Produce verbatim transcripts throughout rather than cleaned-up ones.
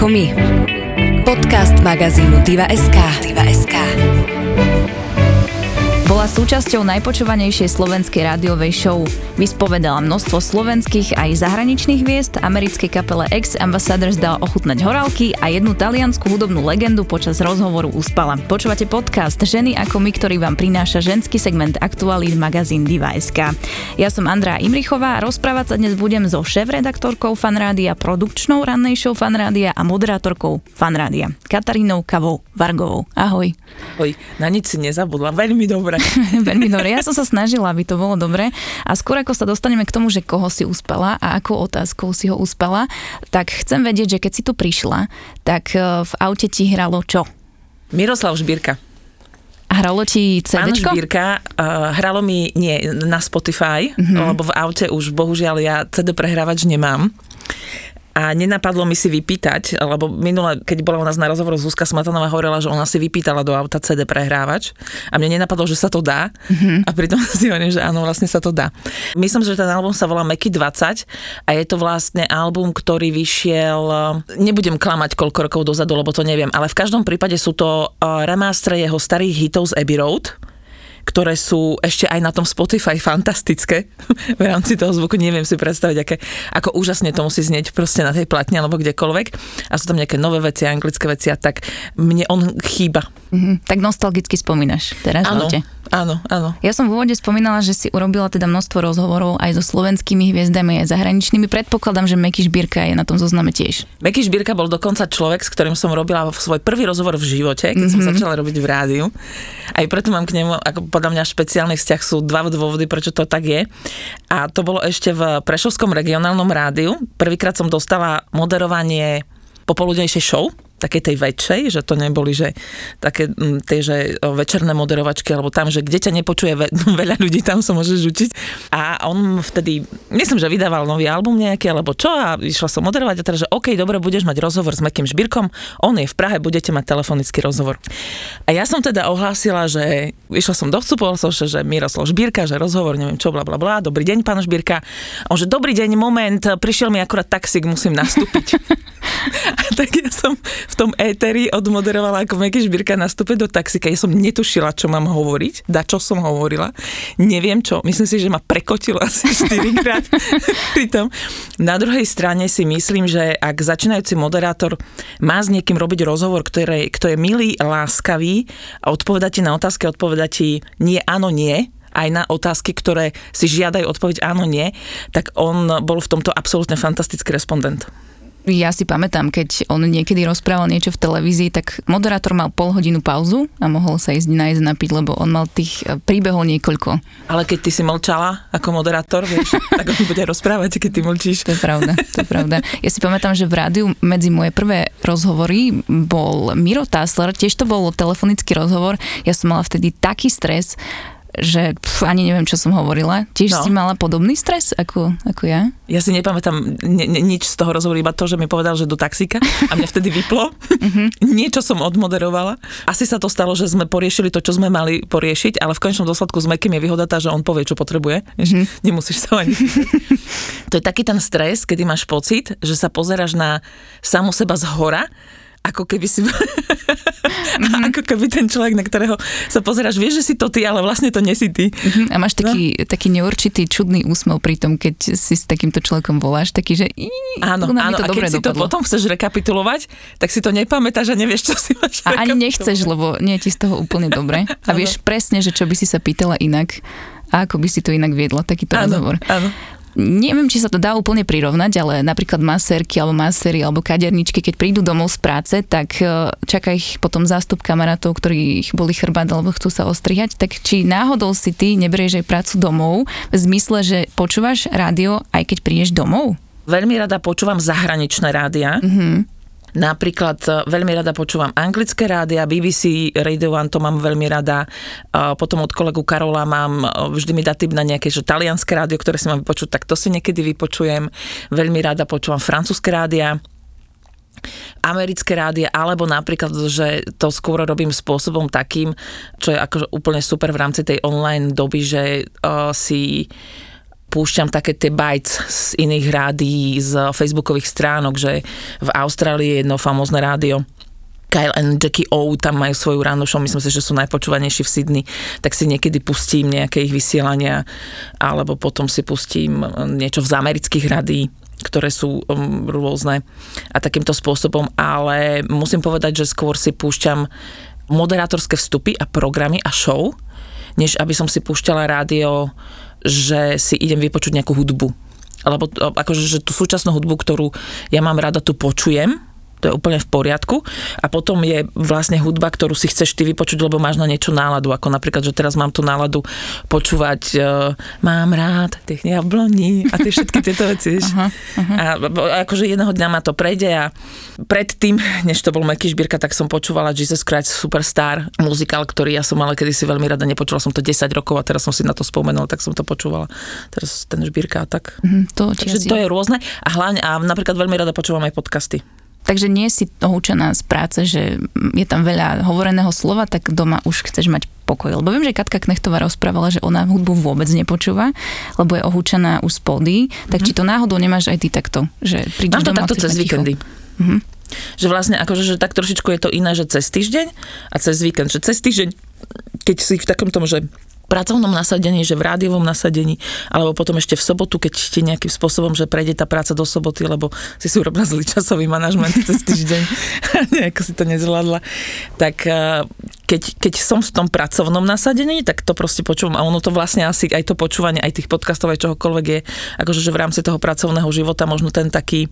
ako my. Podcast magazínu Diva.sk. Diva.sk. Bola súčasťou najpočúvanejšej slovenskej rádiovej show. Vyspovedala množstvo slovenských aj zahraničných hviezd, americkej kapele X Ambassadors dala ochutnať horálky a jednu taliansku hudobnú legendu počas rozhovoru uspala. Počúvate podcast Ženy ako my, ktorý vám prináša ženský segment aktualít magazín Diva.sk. Ja som Andrea Imrichová a rozprávať sa dnes budem so šéfredaktorkou Fanrádia, produkčnou rannej show Fanrádia a moderátorkou Fanrádia Katarínou Kavou Vargovou. Ahoj. Ahoj, na nič si nezabudla, veľmi dobre. Veľmi dobre. Ja som sa snažila, aby to bolo dobre. A skôr ako sa dostaneme k tomu, že koho si uspala a akou otázkou si ho uspala, tak chcem vedieť, že keď si tu prišla, tak v aute ti hralo čo? Miroslav Žbírka. A hralo ti cédečko? Pán Žbírka, uh, hralo mi, nie, na Spotify, mm-hmm. lebo v aute už bohužiaľ ja cé dé prehrávač nemám. A nenapadlo mi si vypýtať, lebo minule, keď bola u nás na rozhovoru Zuzka Smatanová, hovorila, že ona si vypýtala do auta cé dé prehrávač a mne nenapadlo, že sa to dá mm-hmm. a pritom si hovorím, že áno, vlastne sa to dá. Myslím, že ten album sa volá Meky dvadsať a je to vlastne album, ktorý vyšiel, nebudem klamať koľko rokov dozadu, lebo to neviem, ale v každom prípade sú to remastre jeho starých hitov z Abbey Road, ktoré sú ešte aj na tom Spotify fantastické. V rámci toho zvuku neviem si predstaviť, aké, ako úžasne to musí znieť proste na tej platni alebo kdekoľvek. A sú tam nejaké nové veci, anglické veci a tak mne on chýba. Mm-hmm. Tak nostalgicky spomínaš teraz. Áno, áno, áno. Ja som v úvode spomínala, že si urobila teda množstvo rozhovorov aj so slovenskými hviezdami, aj zahraničnými. Predpokladám, že Meky Žbírka je na tom zozname tiež. Meky Žbírka bol dokonca človek, s ktorým som robila svoj prvý rozhovor v živote, keď mm-hmm. som začala robiť v rádiu. Aj preto mám k nemu, ako podľa mňa špeciálny vzťah, sú dva dôvody, prečo to tak je. A to bolo ešte v Prešovskom regionálnom rádiu. Prvýkrát som dostala moderovanie popoludnejšej show, takej tej väčšej, že to neboli, že také tie, že večerné moderovačky, alebo tam, že kde ťa nepočuje ve- veľa ľudí, tam sa môžeš učiť. A on vtedy, myslím, že vydával nový album nejaký, alebo čo, a išla som moderovať a teda, že OK, dobre, budeš mať rozhovor s Mekým Žbírkom, on je v Prahe, budete mať telefonický rozhovor. A ja som teda ohlásila, že išla som do vstupu, som že, že Miroslav Žbírka, že rozhovor, neviem čo, bla bla bla, dobrý deň, pán Žbírka. On že dobrý deň, moment, prišiel mi akurát taxík, musím nastúpiť. A tak ja som v tom éteri odmoderovala, ako Meky Žbírka nastúpe do taxíka. Ja som netušila, čo mám hovoriť, da čo som hovorila. Neviem čo, myslím si, že ma prekotilo asi štyrikrát pri tom. Na druhej strane si myslím, že ak začínajúci moderátor má s niekým robiť rozhovor, ktorý, kto je milý, láskavý a odpoveda ti na otázky, odpoveda ti nie, áno, nie, aj na otázky, ktoré si žiadajú odpoveď áno, nie, tak on bol v tomto absolútne fantastický respondent. Ja si pamätám, keď on niekedy rozprával niečo v televízii, tak moderátor mal pol hodinu pauzu a mohol sa ísť nájsť napiť, lebo on mal tých príbehov niekoľko. Ale keď ty si mlčala ako moderátor, vieš, tak on bude rozprávať, keď ty mlčíš. To je pravda, to je pravda. Ja si pamätám, že v rádiu medzi moje prvé rozhovory bol Miro Tásler, tiež to bol telefonický rozhovor. Ja som mala vtedy taký stres, že pf, ani neviem, čo som hovorila. Tiež no. Si mala podobný stres ako, ako ja? Ja si nepamätám ne, ne, nič z toho rozhovoru, iba to, že mi povedal, že do taxíka a mňa vtedy vyplo. Mm-hmm. Niečo som odmoderovala. Asi sa to stalo, že sme poriešili to, čo sme mali poriešiť, ale v konečnom dôsledku s Mekým je výhoda tá, že on povie, čo potrebuje. Mm-hmm. Nemusíš sa ani... To je taký ten stres, kedy máš pocit, že sa pozeráš na samu seba zhora, ako keby si... Mm-hmm. Ako keby ten človek, na ktorého sa pozeráš, vieš, že si to ty, ale vlastne to nesi ty. Mm-hmm. A máš taký, no. taký neurčitý, čudný úsmev pri tom, keď si s takýmto človekom voláš, taký, že... Áno, áno, a keď si dopadlo. To potom chceš rekapitulovať, tak si to nepamätáš a nevieš, čo si máš a ani nechceš, lebo nie je ti z toho úplne dobre. A vieš presne, že čo by si sa pýtala inak a ako by si to inak viedla, takýto áno, rozhovor. Áno. Neviem, či sa to dá úplne prirovnať, ale napríklad masérky alebo maséry alebo kaderničky, keď prídu domov z práce, tak čaká ich potom zástup kamarátov, ktorých boli chrbát alebo chcú sa ostrihať. Tak či náhodou si ty neberieš aj prácu domov v zmysle, že počúvaš rádio aj keď prídeš domov? Veľmi rada počúvam zahraničné rádia. Mhm. Napríklad veľmi rada počúvam anglické rádia, bé bé cé Radio One, to mám veľmi rada. Potom od kolegu Karola mám, vždy mi dá tip na nejaké že talianské rádio, ktoré si mám vypočuť, tak to si niekedy vypočujem. Veľmi rada počúvam francúzske rádia, americké rádia, alebo napríklad, že to skôr robím spôsobom takým, čo je akože úplne super v rámci tej online doby, že uh, si púšťam také tie bites z iných rádií, z facebookových stránok, že v Austrálii je jedno famózne rádio, Kyle and Jackie O, tam majú svoju ráno show, myslím si, že sú najpočúvanejší v Sydney, tak si niekedy pustím nejaké ich vysielania, alebo potom si pustím niečo z amerických rádií, ktoré sú um, rôzne a takýmto spôsobom, ale musím povedať, že skôr si púšťam moderátorské vstupy a programy a show, než aby som si púšťala rádio, že si idem vypočuť nejakú hudbu. Alebo akože že tú súčasnú hudbu, ktorú ja mám rada, tu počujem, to je úplne v poriadku. A potom je vlastne hudba, ktorú si chceš ty vypočuť, lebo máš na niečo náladu. Ako napríklad, že teraz mám tú náladu počúvať uh, Mám rád tých jabloní a tie všetky tieto veci. Uh-huh, uh-huh. A akože jedného dňa ma to prejde a predtým, než to bol Meky Žbírka, tak som počúvala Jesus Christ Superstar, muzikál, ktorý ja som ale kedysi veľmi rada nepočula. Som to desať rokov a teraz som si na to spomenula, tak som to počúvala. Teraz ten Žbírka a tak. Uh-huh, to, Takže to je rôzne. A hlavne, a napríklad veľmi rada počúvam aj podcasty. Takže nie si ohúčená z práce, že je tam veľa hovoreného slova, tak doma už chceš mať pokoj. Lebo viem, že Katka Knechtová rozprávala, že ona hudbu vôbec nepočúva, lebo je ohúčená už z pódy. Mm-hmm. Tak či to náhodou nemáš aj ty takto? Že prídeš Mám to doma, takto cez víkendy. Mm-hmm. Že vlastne akože, že tak trošičku je to iné, že cez týždeň a cez víkend. Že cez týždeň, keď si v takom tom, že pracovnom nasadení, že v rádiovom nasadení, alebo potom ešte v sobotu, keď ti nejakým spôsobom, že prejde tá práca do soboty, lebo si si urobila zlý časový manažment cez týždeň a nejako si to nezvládla. Tak keď, keď som v tom pracovnom nasadení, tak to proste počúvam a ono to vlastne asi aj to počúvanie, aj tých podcastov, aj čohokoľvek je, akože že v rámci toho pracovného života možno ten taký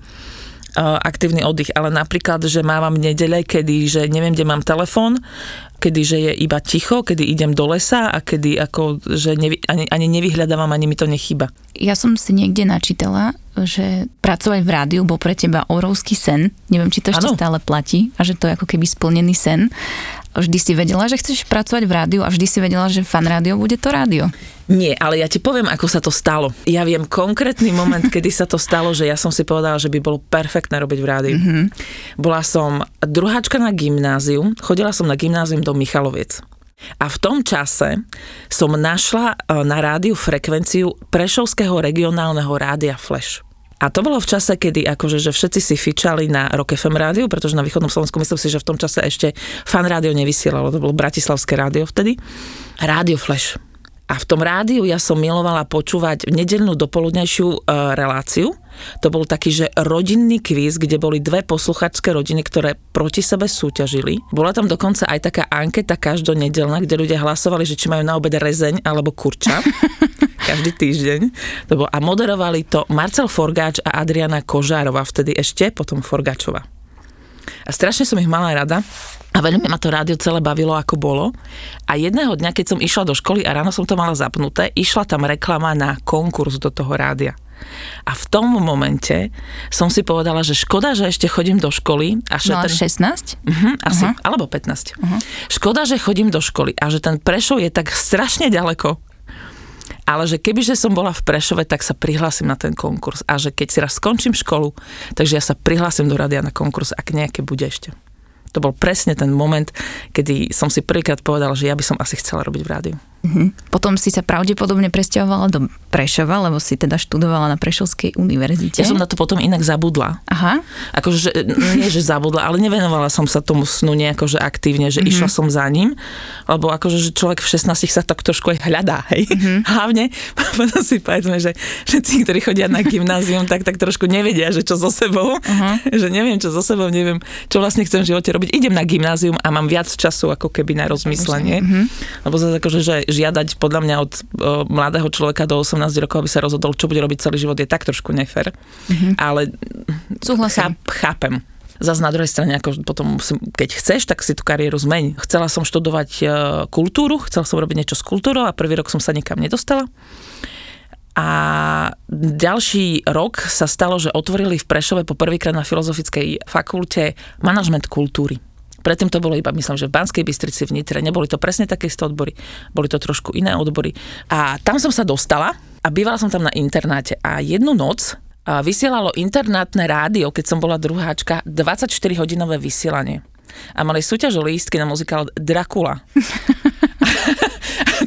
aktívny oddych, ale napríklad, že mávam nedele, kedy, že neviem, kde mám telefón, kedy, že je iba ticho, kedy idem do lesa a kedy ako, že nevy, ani, ani nevyhľadávam, ani mi to nechýba. Ja som si niekde načítala, že pracovať v rádiu bol pre teba obrovský sen. Neviem, či to ešte ano. Stále platí a že to je ako keby splnený sen. Vždy si vedela, že chceš pracovať v rádiu a vždy si vedela, že fan rádio bude to rádio. Nie, ale ja ti poviem, ako sa to stalo. Ja viem konkrétny moment, kedy sa to stalo, že ja som si povedala, že by bolo perfektné robiť v rádiu. Mm-hmm. Bola som druháčka na gymnáziu, chodila som na gymnázium do Michaloviec. A v tom čase som našla na rádiu frekvenciu Prešovského regionálneho rádia Flash. A to bolo v čase, kedy akože, že všetci si fičali na Rock ef em rádiu, pretože na východnom Slovensku myslím si, že v tom čase ešte fan rádio nevysielalo, to bolo bratislavské rádio vtedy. Rádio Flash. A v tom rádiu ja som milovala počúvať nedeľnú dopoludňajšiu e, reláciu. To bol taký, že rodinný kvíz, kde boli dve posluchačské rodiny, ktoré proti sebe súťažili. Bola tam dokonca aj taká anketa každonedeľná, kde ľudia hlasovali, že či majú na obed rezeň alebo kurča. Každý týždeň. To bolo, a moderovali to Marcel Forgáč a Adriana Kožárová, vtedy ešte, potom Forgáčová. A strašne som ich mala rada a veľmi ma to rádio celé bavilo, ako bolo. A jedného dňa, keď som išla do školy a ráno som to mala zapnuté, išla tam reklama na konkurs do toho rádia. A v tom momente som si povedala, že škoda, že ešte chodím do školy. A že no ten... šestnásť? Uh-huh, asi, uh-huh. Alebo pätnásť. Uh-huh. Škoda, že chodím do školy a že ten Prešov je tak strašne ďaleko. Ale že kebyže som bola v Prešove, tak sa prihlásim na ten konkurs. A že keď si raz skončím školu, takže ja sa prihlásim do rádia na konkurs, ak nejaké bude ešte. To bol presne ten moment, kedy som si prvýkrát povedala, že ja by som asi chcela robiť v rádiu. Uh-huh. Potom si sa pravdepodobne presťahovala do Prešova, lebo si teda študovala na Prešovskej univerzite. Ja som na to potom inak zabudla. Aha. Akože, že, nie že zabudla, ale nevenovala som sa tomu snu nejako, že aktívne, že uh-huh. išla som za ním, lebo akože, že človek v šestnástich sa tak trošku aj hľadá, hej. Uh-huh. Hlavne, potom si povedzme, že všetci, ktorí chodia na gymnázium, tak, tak trošku nevedia, že čo so sebou, uh-huh. že neviem, čo so sebou, neviem, čo vlastne chcem v živote robiť. Idem na gymnázium a mám viac času, ako keby na rozmyslenie. Uh-huh. Lebo zase akože, že žiadať podľa mňa od o, mladého človeka do osemnásť rokov, aby sa rozhodol, čo bude robiť celý život, je tak trošku nefér. Mm-hmm. Ale cháp, chápem. Zas na druhej strane, ako potom, keď chceš, tak si tú kariéru zmeň. Chcela som študovať e, kultúru, chcela som robiť niečo s kultúrou a prvý rok som sa nikam nedostala. A ďalší rok sa stalo, že otvorili v Prešove po prvýkrát na Filozofickej fakulte manažment kultúry. Predtým to bolo iba, myslím, že v Banskej Bystrici, v Nitre. Neboli to presne také isté odbory, boli to trošku iné odbory. A tam som sa dostala a bývala som tam na internáte. A jednu noc vysielalo internátne rádio, keď som bola druháčka, dvadsaťštyrihodinové vysielanie. A mali súťaž o lístky na muzikál Dracula. To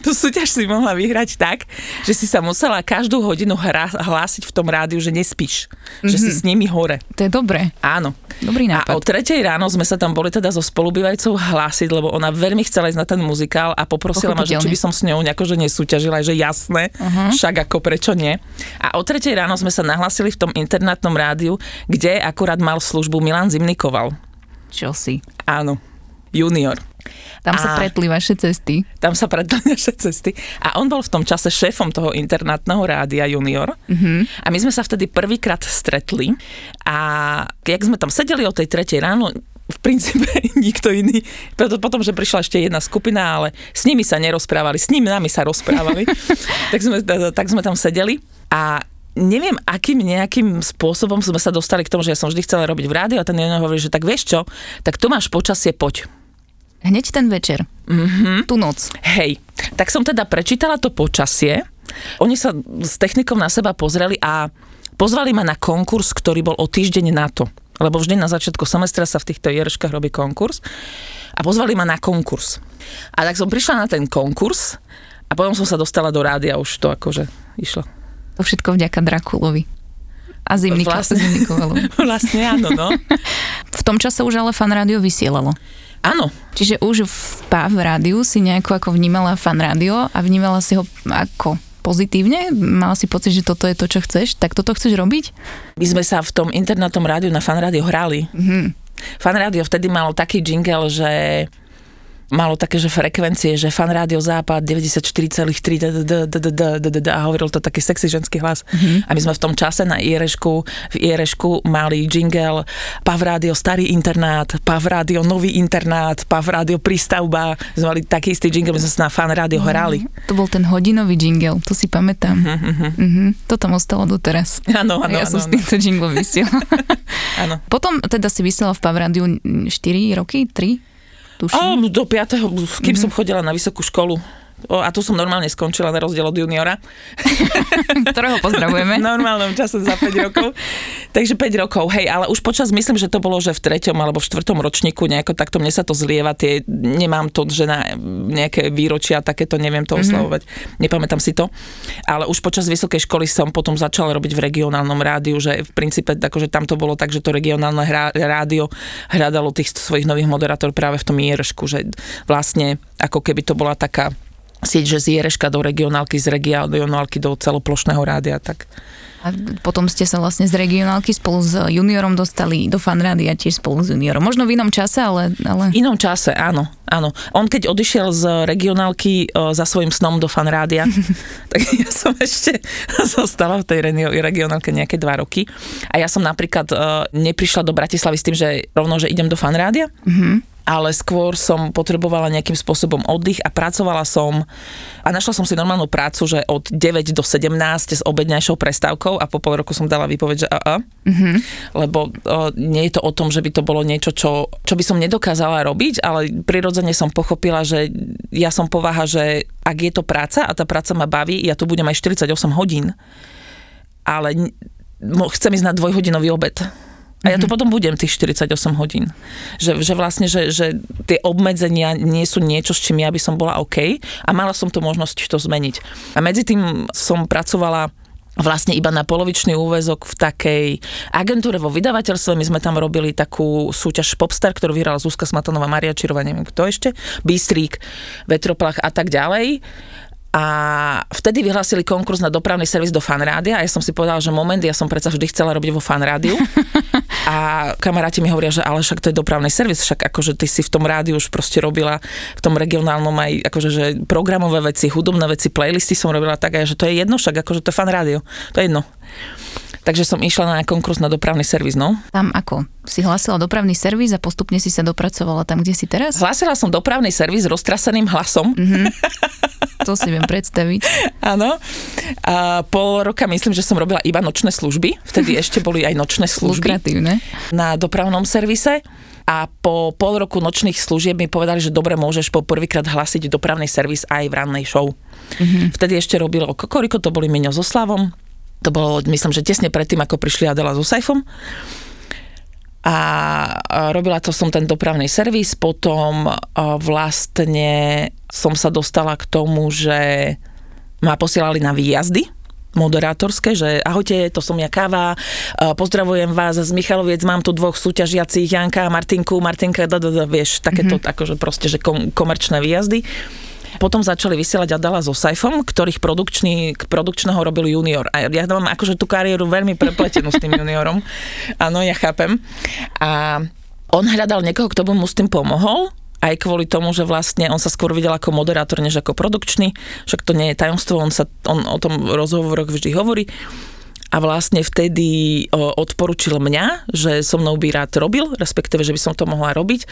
tú súťaž si mohla vyhrať tak, že si sa musela každú hodinu hra, hlásiť v tom rádiu, že nespíš. Mm-hmm. Že si s nimi hore. To je dobré. Áno. Dobrý nápad. A o tretej ráno sme sa tam boli teda so spolubývajúcou hlásiť, lebo ona veľmi chcela ísť na ten muzikál a poprosila ma, že či by som s ňou nejako, že nesúťažila, že jasné, uh-huh. však ako prečo nie. A o tretej ráno sme sa nahlásili v tom internátnom rádiu, kde akurát mal službu Milan Zimnikoval. Čo si? Áno. Junior. Tam sa pretli vaše cesty. Tam sa pretli naše cesty. A on bol v tom čase šéfom toho internátneho rádia Junior. Uh-huh. A my sme sa vtedy prvýkrát stretli. A jak sme tam sedeli o tej tretej ráno, v princípe nikto iný. Potom, že prišla ešte jedna skupina, ale s nimi sa nerozprávali. S nimi nami sa rozprávali. tak, sme, tak sme tam sedeli. A neviem, akým nejakým spôsobom sme sa dostali k tomu, že ja som vždy chcela robiť v rádiu a ten jeden hovorí, že tak vieš čo, tak tu máš počasie, poď. Hneď ten večer. Mm-hmm. Tú noc. Hej, tak som teda prečítala to počasie. Oni sa s technikom na seba pozreli a pozvali ma na konkurs, ktorý bol o týždeň na to. Lebo vždy na začiatku semestra sa v týchto jereškách robí konkurs. A pozvali ma na konkurs. A tak som prišla na ten konkurs a potom som sa dostala do rádia, už to akože išlo. To všetko vďaka Drakulovi. A Zimniko, vlastne, Zimnikovalovi. Vlastne áno, no. V tom čase už ale Fan rádio vysielalo. Áno. Čiže už v pé á vé rádiu si nejako ako vnímala Fan rádio a vnímala si ho ako pozitívne? Mala si pocit, že toto je to, čo chceš? Tak toto chceš robiť? My sme sa v tom internátnom rádiu na Fan rádio hrali. Mm-hmm. Fan rádio vtedy malo taký jingle, že malo také, že frekvencie, že Fan rádio Západ deväťdesiatštyri celá tri a hovoril to taký sexy ženský hlas. Mm-hmm. A my sme v tom čase na Ierešku, v Ierešku mali jingle pé á vé rádio Starý internát, pé á vé rádio Nový internát, pé á vé rádio Prístavba. Sme mali taký istý jingle, my sme sa na Fan rádio mm-hmm. hrali. To bol ten hodinový jingle, to si pamätám. Mm-hmm. Mm-hmm. To tam ostalo doteraz. Áno, áno, ja áno. som s týmto jinglom vysiela. Áno. Potom teda si vysielala v pé á vé rádiu štyri roky, tri? Oh, do piateho, kým mm-hmm. som chodila na vysokú školu. O, a tu som normálne skončila na rozdiel od juniora. Ktorého pozdravujeme. V normálnom čase za päť rokov. Takže päť rokov, hej, ale už počas, myslím, že to bolo, že v treťom alebo v štvrtom ročníku nejako takto mne sa to zlieva, tie, nemám to, že na nejaké výročia takéto neviem to oslavovať. Mm-hmm. Nepamätám si to. Ale už počas vysokej školy som potom začala robiť v regionálnom rádiu, že v princípe akože tam to bolo tak, že to regionálne hrá, rádio hľadalo tých svojich nových moderátorov práve v tom Ierešku, že vlastne ako keby to bola taká sieť, že z Iereška do regionálky, z regionálky do celoplošného rádia, tak. A potom ste sa vlastne z regionálky spolu s juniorom dostali do Fan rádia tiež spolu s juniorom. Možno v inom čase, ale... ale... V inom čase, áno, áno. On keď odišiel z regionálky o, za svojím snom do Fan rádia, tak ja som ešte zostala v tej regionálke nejaké dva roky. A ja som napríklad o, neprišla do Bratislavy s tým, že rovno, že idem do Fan rádia. Mhm. Ale skôr som potrebovala nejakým spôsobom oddych a pracovala som a našla som si normálnu prácu, že od deväť do sedemnásť s obedňajšou prestávkou a po pol roku som dala výpoveď, že a a. Mm-hmm. Lebo o, nie je to o tom, že by to bolo niečo, čo, čo by som nedokázala robiť, ale prirodzene som pochopila, že ja som povaha, že ak je to práca a tá práca ma baví, ja tu budem aj štyridsaťosem hodín, ale chcem ísť na dvojhodinový obed. A ja tu potom budem tých štyridsaťosem hodín. Že, že vlastne, že, že tie obmedzenia nie sú niečo, s čím ja by som bola OK a mala som tu možnosť to zmeniť. A medzi tým som pracovala vlastne iba na polovičný úväzok v takej agentúre vo vydavateľstve. My sme tam robili takú súťaž Popstar, ktorú vyhrala Zuzka Smatanová, Mária Čírová, neviem kto ešte, Bystrík, Vetroplach a tak ďalej. A vtedy vyhlásili konkurs na dopravný servis do Fan rádia a ja som si povedala, že moment, ja som predsa vždy chcela robiť vo Fan rádiu. A kamaráti mi hovoria, že ale však to je dopravný servis, však akože ty si v tom rádiu už proste robila v tom regionálnom aj akože že programové veci, hudobné veci, playlisty som robila tak, aj, že to je jedno, však akože to je Fan rádio, to je jedno. Takže som išla na konkurs na dopravný servis, no. Tam ako? Si hlásila dopravný servis a postupne si sa dopracovala tam, kde si teraz? Hlásila som dopravný servis roztraseným hlasom. Mm-hmm. To si viem predstaviť. Áno. A pol roka myslím, že som robila iba nočné služby. Vtedy ešte boli aj nočné služby. Lukratívne. Na dopravnom servise. A po pol roku nočných služieb mi povedali, že dobre, môžeš po prvýkrát hlásiť dopravný servis aj v rannej show. Mm-hmm. Vtedy ešte robilo Kokoriko, to boli Miňo so Slavom. To bolo, myslím, že tesne predtým, ako prišli Adela so Saifom. a robila to som ten dopravný servis, potom vlastne som sa dostala k tomu, že ma posielali na výjazdy moderátorské, že ahojte, to som ja Káva, pozdravujem vás z Michaloviec, mám tu dvoch súťažiacich, Janka a Martinku, Martinka, da, da, da, vieš, takéto mm-hmm. akože proste, že kom, komerčné výjazdy. Potom začali vysielať Adela so Saifom, ktorých produkčný, produkčného robil junior. A ja mám akože tú kariéru veľmi prepletenú s tým juniorom. Áno, ja chápem. A on hľadal niekoho, kto by mu s tým pomohol, aj kvôli tomu, že vlastne on sa skôr videl ako moderátor, než ako produkčný. Však to nie je tajomstvo, on, sa, on o tom rozhovoroch vždy hovorí. A vlastne vtedy o, odporučil mňa, že so mnou by rád robil, respektíve, že by som to mohla robiť.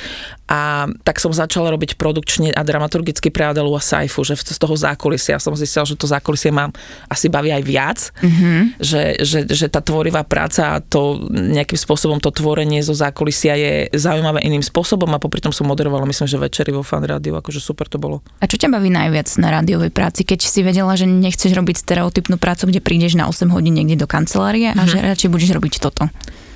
A tak som začala robiť produkčne a dramaturgicky pre Adelu a Saifu, že z toho zákulisia. Ja som zistila, že to zákulisie mám asi baví aj viac, mm-hmm. že, že, že tá tvorivá práca a to nejakým spôsobom to tvorenie zo zákulisia je zaujímavé iným spôsobom a popri tom som moderovala, myslím, že večery vo Fan Rádiu, akože super to bolo. A čo ťa baví najviac na rádiovej práci, keď si vedela, že nechceš robiť stereotypnú prácu, kde prídeš na osem hodín niekde do kancelárie a mm-hmm. že radšej budeš robiť toto?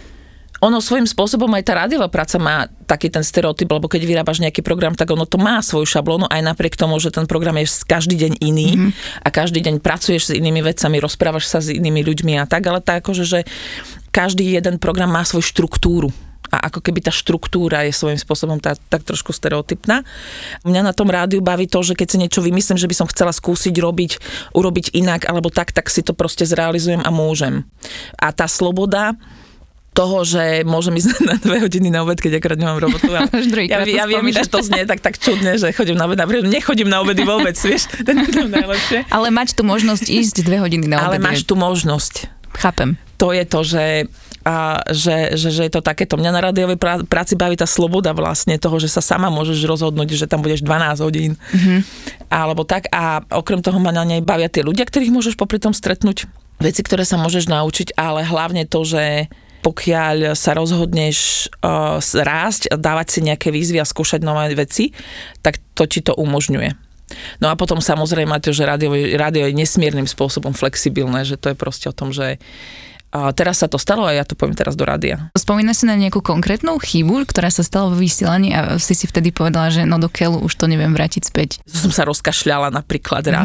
Ono svojím spôsobom aj tá rádiová práca má taký ten stereotyp, lebo keď vyrábaš nejaký program, tak ono to má svoju šablónu, aj napriek tomu, že ten program je každý deň iný mm-hmm. a každý deň pracuješ s inými vecami, rozprávaš sa s inými ľuďmi a tak, ale tak akože, že každý jeden program má svoju štruktúru. A ako keby tá štruktúra je svojím spôsobom tá, tak trošku stereotypná. Mňa na tom rádiu baví to, že keď si niečo vymyslím, že by som chcela skúsiť robiť, urobiť inak alebo tak, tak si to proste zrealizujem a môžem. A tá sloboda toho, že môžem ísť na dve hodiny na obed, keď akorát nemám robotu. Ja, ja, ja viem, že to znie tak, tak čudne, že chodím na obed. Napríklad nechodím na obedy vôbec, vieš, to je to najlepšie. Ale mať tu možnosť ísť dve hodiny na obed. Ale máš tu možnosť. Chápem. To je to, že, a, že, že, že je to takéto. Mňa na rádiovej práci baví tá sloboda vlastne toho, že sa sama môžeš rozhodnúť, že tam budeš dvanásť hodín. Mm-hmm. Alebo tak. A okrem toho ma na nej bavia tie ľudia, ktorých môžeš popri tom stretnúť. Veci, ktoré sa môžeš naučiť, ale hlavne to, že pokiaľ sa rozhodneš uh, rásť, dávať si nejaké výzvy a skúšať nové veci, tak to ti to umožňuje. No a potom samozrejme to, že rádio, rádio je nesmiernym spôsobom flexibilné, že to je proste o tom, že uh, teraz sa to stalo a ja to poviem teraz do rádia. Spomínaš si na nejakú konkrétnu chybu, ktorá sa stala vo vysielaní a si si vtedy povedala, že no do keľu už to neviem vrátiť späť? Som sa rozkašľala napríklad raz.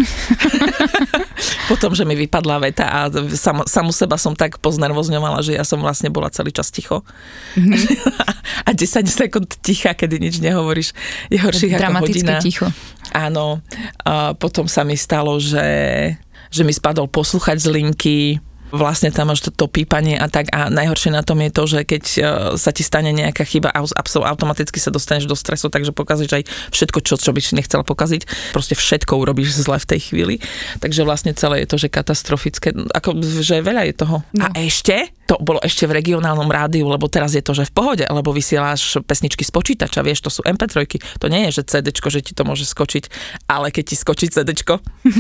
Mm-hmm. Potom, že mi vypadla veta a sam, samu seba som tak poznervozňovala, že ja som vlastne bola celý čas ticho. Mm-hmm. A desať sekúnd ticha, kedy nič nehovoríš, je horších ako hodina. Dramatické ticho. Áno. A potom sa mi stalo, že, že mi spadol posluchač z linky, vlastne tam máš to, to pípanie a tak a najhoršie na tom je to, že keď sa ti stane nejaká chyba a automaticky sa dostaneš do stresu, takže pokazíš aj všetko, čo, čo by si nechcela pokaziť. Proste všetko urobíš zle v tej chvíli. Takže vlastne celé je to, že katastrofické. Ako, že veľa je toho. No. A ešte, to bolo ešte v regionálnom rádiu, lebo teraz je to, že v pohode, lebo vysielaš pesničky z počítača, vieš, to sú em pé tri. To nie je, že cédečko, že ti to môže skočiť, ale keď ti skočí cédečko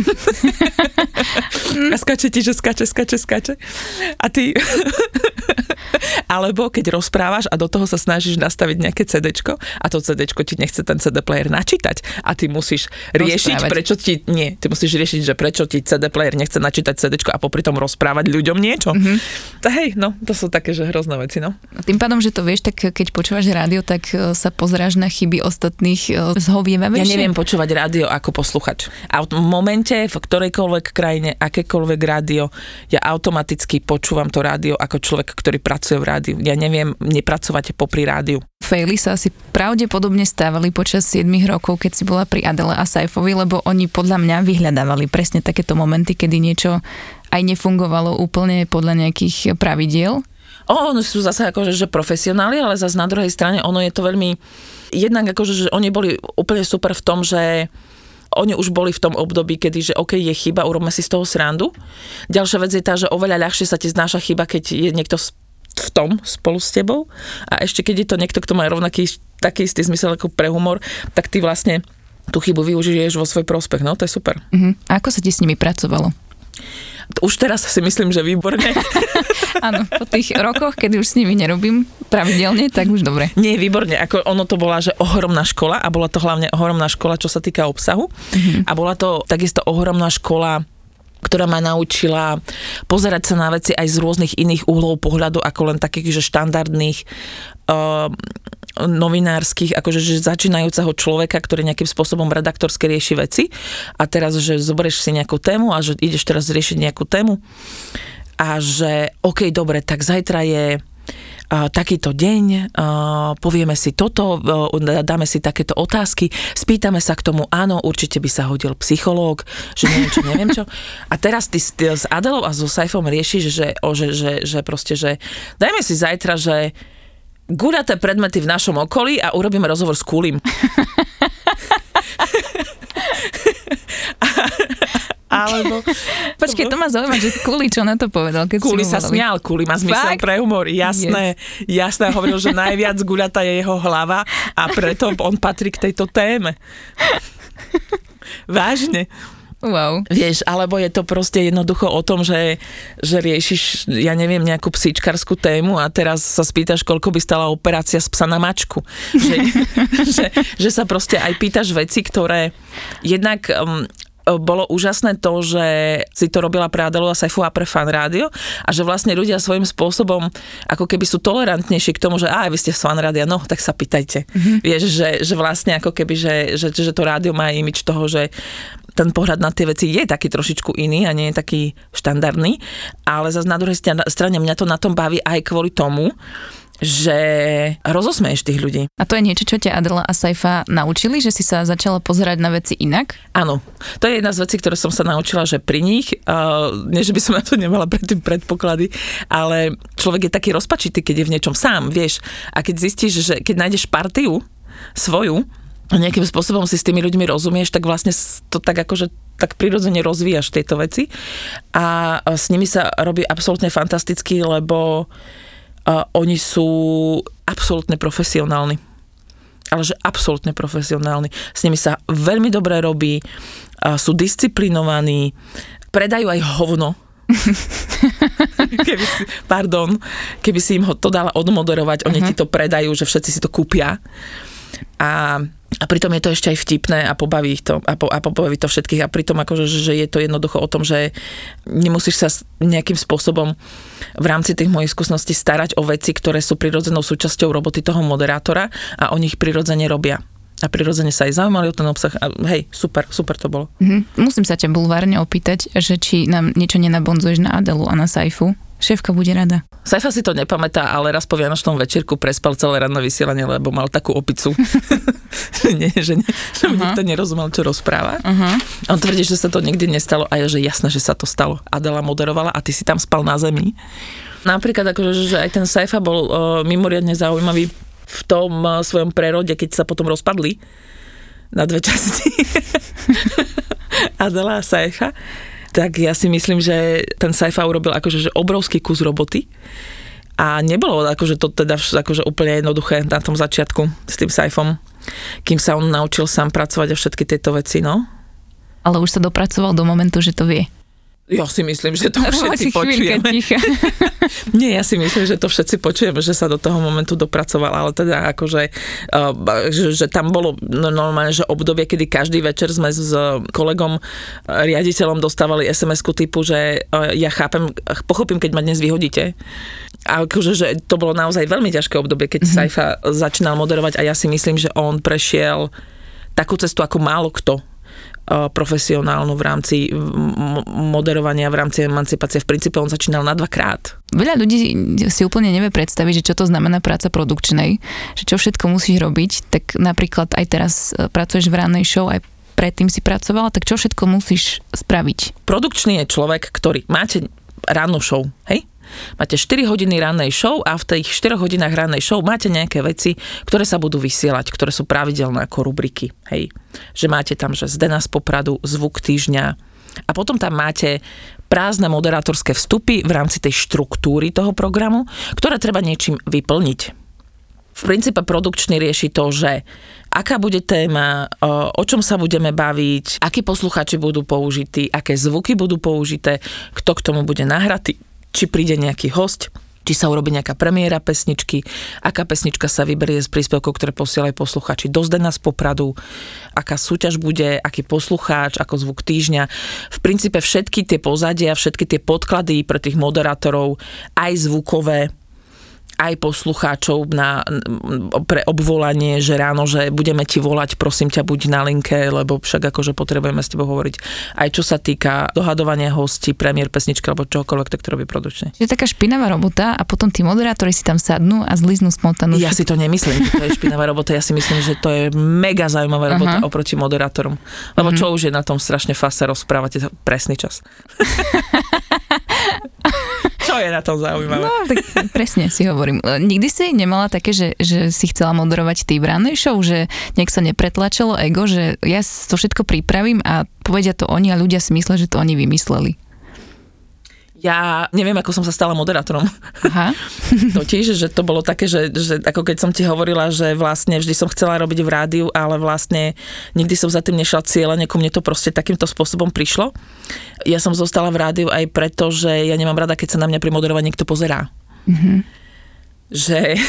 a skače ti, že skače, skače, skače. A ty alebo keď rozprávaš a do toho sa snažíš nastaviť nejaké cédečko a to cédečko ti nechce ten cé dé player načítať a ty musíš riešiť, rozprávať. Prečo ti nie, ty musíš riešiť, že prečo ti cé dé player nechce načítať cédečko a popri tom rozprávať ľuďom niečo. Mm-hmm. Tak hej, no, to sú také, že hrozné veci, no. A tým pádom, že to vieš, tak keď počúvaš rádio, tak sa pozeráš na chyby ostatných zhovievavejšie. Ja neviem počúvať rádio ako posluchač. A v momente, v ktorejkoľvek krajine, akékoľvek rádio, ja automaticky počúvam to rádio ako človek, ktorý pracuje v rádiu. Ja neviem nepracovať popri rádiu. Faily sa asi pravdepodobne stávali počas siedmich rokov, keď si bola pri Adele a Saifovi, lebo oni podľa mňa vyhľadávali presne takéto momenty, kedy niečo aj nefungovalo úplne podľa nejakých pravidiel. O, oni sú zase akože že profesionáli, ale zase na druhej strane ono je to veľmi, jednak akože, že oni boli úplne super v tom, že oni už boli v tom období, kedy, že OK, je chyba, urobme si z toho srandu. Ďalšia vec je tá, že oveľa ľahšie sa ti znáša chyba, keď je niekto v tom spolu s tebou a ešte keď je to niekto, kto má rovnaký taký istý zmysel ako pre humor, tak ty vlastne tú chybu využiješ vo svoj prospech, no to je super. Uh-huh. A ako sa ti s nimi pracovalo? Už teraz si myslím, že výborne. Áno, po tých rokoch, keď už s nimi nerobím pravidelne, tak už dobre. Nie, výborne, ako ono to bola, že ohromná škola a bola to hlavne ohromná škola, čo sa týka obsahu uh-huh. a bola to takisto ohromná škola ktorá ma naučila pozerať sa na veci aj z rôznych iných uhlov pohľadu, ako len takých, že štandardných uh, novinárskych, akože že začínajúceho človeka, ktorý nejakým spôsobom redaktorsky rieši veci a teraz, že zoberieš si nejakú tému a že ideš teraz riešiť nejakú tému a že OK, dobre, tak zajtra je Uh, takýto deň, uh, povieme si toto, uh, dáme si takéto otázky, spýtame sa k tomu, áno, určite by sa hodil psychológ, že neviem čo, neviem čo. A teraz ty s, s Adelou a so Saifom riešiš, že, o, že, že, že proste, že dajme si zajtra, že guľaté predmety v našom okolí a urobíme rozhovor s Kulim. Alebo... Počkej, to ma zaujíma, že Kuli čo na to povedal, keď Kuli si sa smial, Kuli má zmysel Fakt? pre humor, jasné, yes. jasné, hovoril, že najviac guľatá je jeho hlava a preto on patrí k tejto téme. Vážne. Wow. Vieš, alebo je to proste jednoducho o tom, že, že riešiš, ja neviem, nejakú psíčkarskú tému a teraz sa spýtaš, koľko by stala operácia z psa na mačku. Že, že, že sa proste aj pýtaš veci, ktoré jednak... Um, bolo úžasné to, že si to robila pre Adelu a Saifu a pre Fan Rádio a že vlastne ľudia svojím spôsobom ako keby sú tolerantnejší k tomu, že á, vy ste z Fan Rádia, no tak sa pýtajte. Mm-hmm. Vieš, že, že vlastne ako keby, že, že, že to rádio má imič toho, že ten pohľad na tie veci je taký trošičku iný a nie je taký štandardný, ale zase na druhej strane mňa to na tom baví aj kvôli tomu, že rozosmeješ tých ľudí. A to je niečo, čo ťa Adela a Saifa naučili, že si sa začala pozerať na veci inak? Áno. To je jedna z vecí, ktoré som sa naučila, že pri nich, uh, nie, že by som na to nemala predtým predpoklady, ale človek je taký rozpačitý, keď je v niečom sám, vieš. A keď zistíš, že keď nájdeš partiu svoju a nejakým spôsobom si s tými ľuďmi rozumieš, tak vlastne to tak akože tak prirodzene rozvíjaš tieto veci. A s nimi sa robí absolútne fantasticky, lebo Uh, oni sú absolútne profesionálni. Ale že absolútne profesionálni. S nimi sa veľmi dobre robí, uh, sú disciplinovaní, predajú aj hovno. keby si, pardon, keby si im ho to dala odmoderovať, oni uh-huh. ti to predajú, že všetci si to kúpia. A, a pritom je to ešte aj vtipné a pobaví ich to a, po, a pobaví to všetkých a pritom akože, že je to jednoducho o tom, že nemusíš sa nejakým spôsobom v rámci tých mojich skúseností starať o veci, ktoré sú prirodzenou súčasťou roboty toho moderátora a oni ich prirodzene robia. A prirodzene sa aj zaujímali o ten obsah a hej, super, super to bolo. Mm-hmm. Musím sa ťa bulvárne opýtať, že či nám niečo nenabonzuješ na Adelu a na Saifu. Šéfka bude rada. Saifa si to nepamätá, ale raz po vianočnom večierku prespal celé ranné vysielanie, lebo mal takú opicu. Nie, že, nie, že uh-huh. nikto nerozumel, čo rozpráva. Uh-huh. On tvrdí, že sa to nikdy nestalo a je, že jasné, že sa to stalo. Adela moderovala a ty si tam spal na zemi. Napríklad, akože, že aj ten Saifa bol uh, mimoriadne zaujímavý v tom uh, svojom prerode, keď sa potom rozpadli na dve časti. Adela a Saifa. Tak ja si myslím, že ten Saifa urobil akože že obrovský kus roboty a nebolo akože to teda akože úplne jednoduché na tom začiatku s tým Saifom, kým sa on naučil sám pracovať a všetky tieto veci, no. Ale už sa dopracoval do momentu, že to vie. Ja si myslím, že to všetci počujeme. Nie, ja si myslím, že to všetci počujeme, že sa do toho momentu dopracoval, ale teda akože, uh, že, že tam bolo normálne, že obdobie, kedy každý večer sme s kolegom, riaditeľom dostávali es em esku typu, že uh, ja chápem, pochopím, keď ma dnes vyhodíte. A akože, že to bolo naozaj veľmi ťažké obdobie, keď mm-hmm. Saifa začínal moderovať a ja si myslím, že on prešiel takú cestu ako málo kto profesionálnu v rámci moderovania, v rámci emancipácie. V princípe on začínal na dvakrát. Veľa ľudí si úplne nevie predstaviť, že čo to znamená práca produkčnej, že čo všetko musíš robiť, tak napríklad aj teraz pracuješ v rannej show, aj predtým si pracovala, tak čo všetko musíš spraviť? Produkčný je človek, ktorý máte rannú show, hej? Máte štyri hodiny rannej show a v tých štyroch hodinách rannej show máte nejaké veci, ktoré sa budú vysielať, ktoré sú pravidelné ako rubriky, hej. Že máte tam, že Zdena z Popradu, Zvuk týždňa a potom tam máte prázdne moderátorské vstupy v rámci tej štruktúry toho programu, ktoré treba niečím vyplniť. V princípe produkčný rieši to, že aká bude téma, o čom sa budeme baviť, akí poslucháči budú použití, aké zvuky budú použité, kto k tomu bude nahratý, či príde nejaký hosť. či sa urobí nejaká premiéra pesničky, aká pesnička sa vyberie z príspevkov, ktoré posielajú poslucháči do Zdena z Popradu, aká súťaž bude, aký poslucháč, ako zvuk týždňa. V princípe všetky tie pozadia, všetky tie podklady pre tých moderátorov, aj zvukové, aj poslucháčov na, pre obvolanie, že ráno, že budeme ti volať, prosím ťa, buď na linke, lebo však akože potrebujeme s tebou hovoriť. Aj čo sa týka dohadovania hostí, premiér pesničky, alebo čokoľvek, tak to robí produkčne. Čiže taká špinavá robota a potom tí moderátori si tam sadnú a zliznú smotanú. Ja si to nemyslím, že to je špinavá robota, ja si myslím, že to je mega zaujímavá robota uh-huh. oproti moderátorom. Lebo uh-huh. čo už je na tom strašne fasa rozprávate presný čas. Čo je na tom zaujímavé? No, tak presne si hovorím. Nikdy si nemala také, že, že si chcela moderovať ty v rannej show, že nejak sa nepretlačilo ego, že ja to všetko pripravím a povedia to oni a ľudia si myslia, že to oni vymysleli. Ja neviem, ako som sa stala moderátorom. Aha. Totiž, že to bolo také, že, že ako keď som ti hovorila, že vlastne vždy som chcela robiť v rádiu, ale vlastne nikdy som za tým nešla cieľene, ku mne to proste takýmto spôsobom prišlo. Ja som zostala v rádiu aj preto, že ja nemám rada, keď sa na mňa pri moderovaní niekto pozerá. Mm-hmm. Že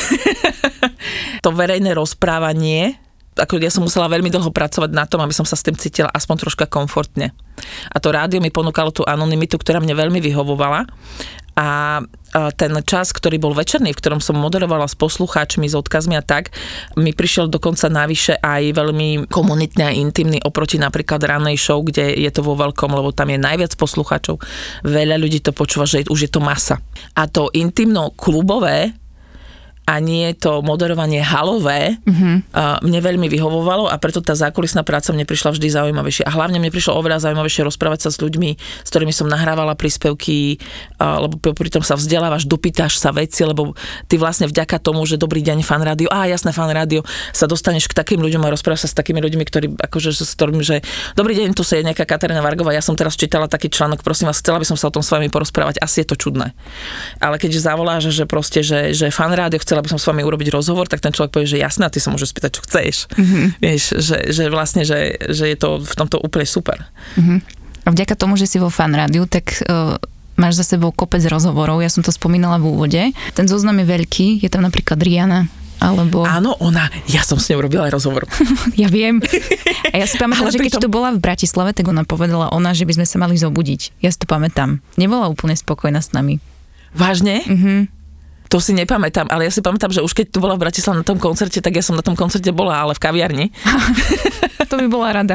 to verejné rozprávanie, ako ja som musela veľmi dlho pracovať na tom, aby som sa s tým cítila aspoň troška komfortne. A to rádio mi ponúkalo tú anonymitu, ktorá mne veľmi vyhovovala. A ten čas, ktorý bol večerný, v ktorom som moderovala s poslucháčmi, s odkazmi a tak, mi prišiel dokonca navyše aj veľmi komunitný a intimný oproti napríklad rannej show, kde je to vo veľkom, lebo tam je najviac poslucháčov. Veľa ľudí to počúva, že už je to masa. A to intimno-klubové a nie to moderovanie halové, mm-hmm. mne veľmi vyhovovalo a preto tá zákulisná práca mne prišla vždy zaujímavejšia. A hlavne mne prišlo oveľa zaujímavejšie rozprávať sa s ľuďmi, s ktorými som nahrávala príspevky, lebo pri tom sa vzdelávaš, dopýtaš sa veci, lebo ty vlastne vďaka tomu, že dobrý deň, Fan rádio, á jasné, Fan rádio, sa dostaneš k takým ľuďom a rozprávaš sa s takými ľuďmi, ktorí akože s ktorými, že dobrý deň, tu sa je nejaká Katarína Vargová, ja som teraz čítala taký článok, prosím vás, chcela by som sa o tom s vami porozprávať, asi je to čudné. Ale keď zavoláš, že proste, že, že Fan rádio, chcela by som s vami urobiť rozhovor, tak ten človek povie, že jasné, a ty sa môžeš spýtať, čo chceš. Mm-hmm. Vieš, že, že vlastne, že, že je to v tomto úplne super. Mm-hmm. A vďaka tomu, že si vo Fan rádiu, tak uh, máš za sebou kopec rozhovorov, ja som to spomínala v úvode. Ten zoznam je veľký, je tam napríklad Rihanna, alebo... Áno, ona, ja som s ňou robila aj rozhovor. Ja viem. A ja si pamätám, že keď tom... tu bola v Bratislave, tak ona povedala ona, že by sme sa mali zobudiť. Ja si to pamätám. Nebola úplne spokojná s nami. Vážne? Mhm. To si nepamätám, ale ja si pamätám, že už keď tu bola v Bratislave na tom koncerte, tak ja som na tom koncerte bola, ale v kaviarni. To by bola rada.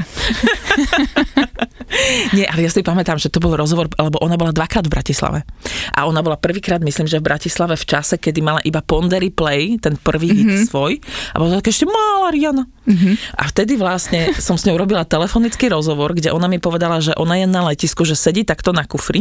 Nie, ale ja si pamätám, že to bol rozhovor, lebo ona bola dvakrát v Bratislave. A ona bola prvýkrát, myslím, že v Bratislave v čase, kedy mala iba Pondery Play, ten prvý mm-hmm. hit svoj. A bola tak ešte malá Rihanna. Mm-hmm. A vtedy vlastne som s ňou robila telefonický rozhovor, kde ona mi povedala, že ona je na letisku, že sedí takto na kufri.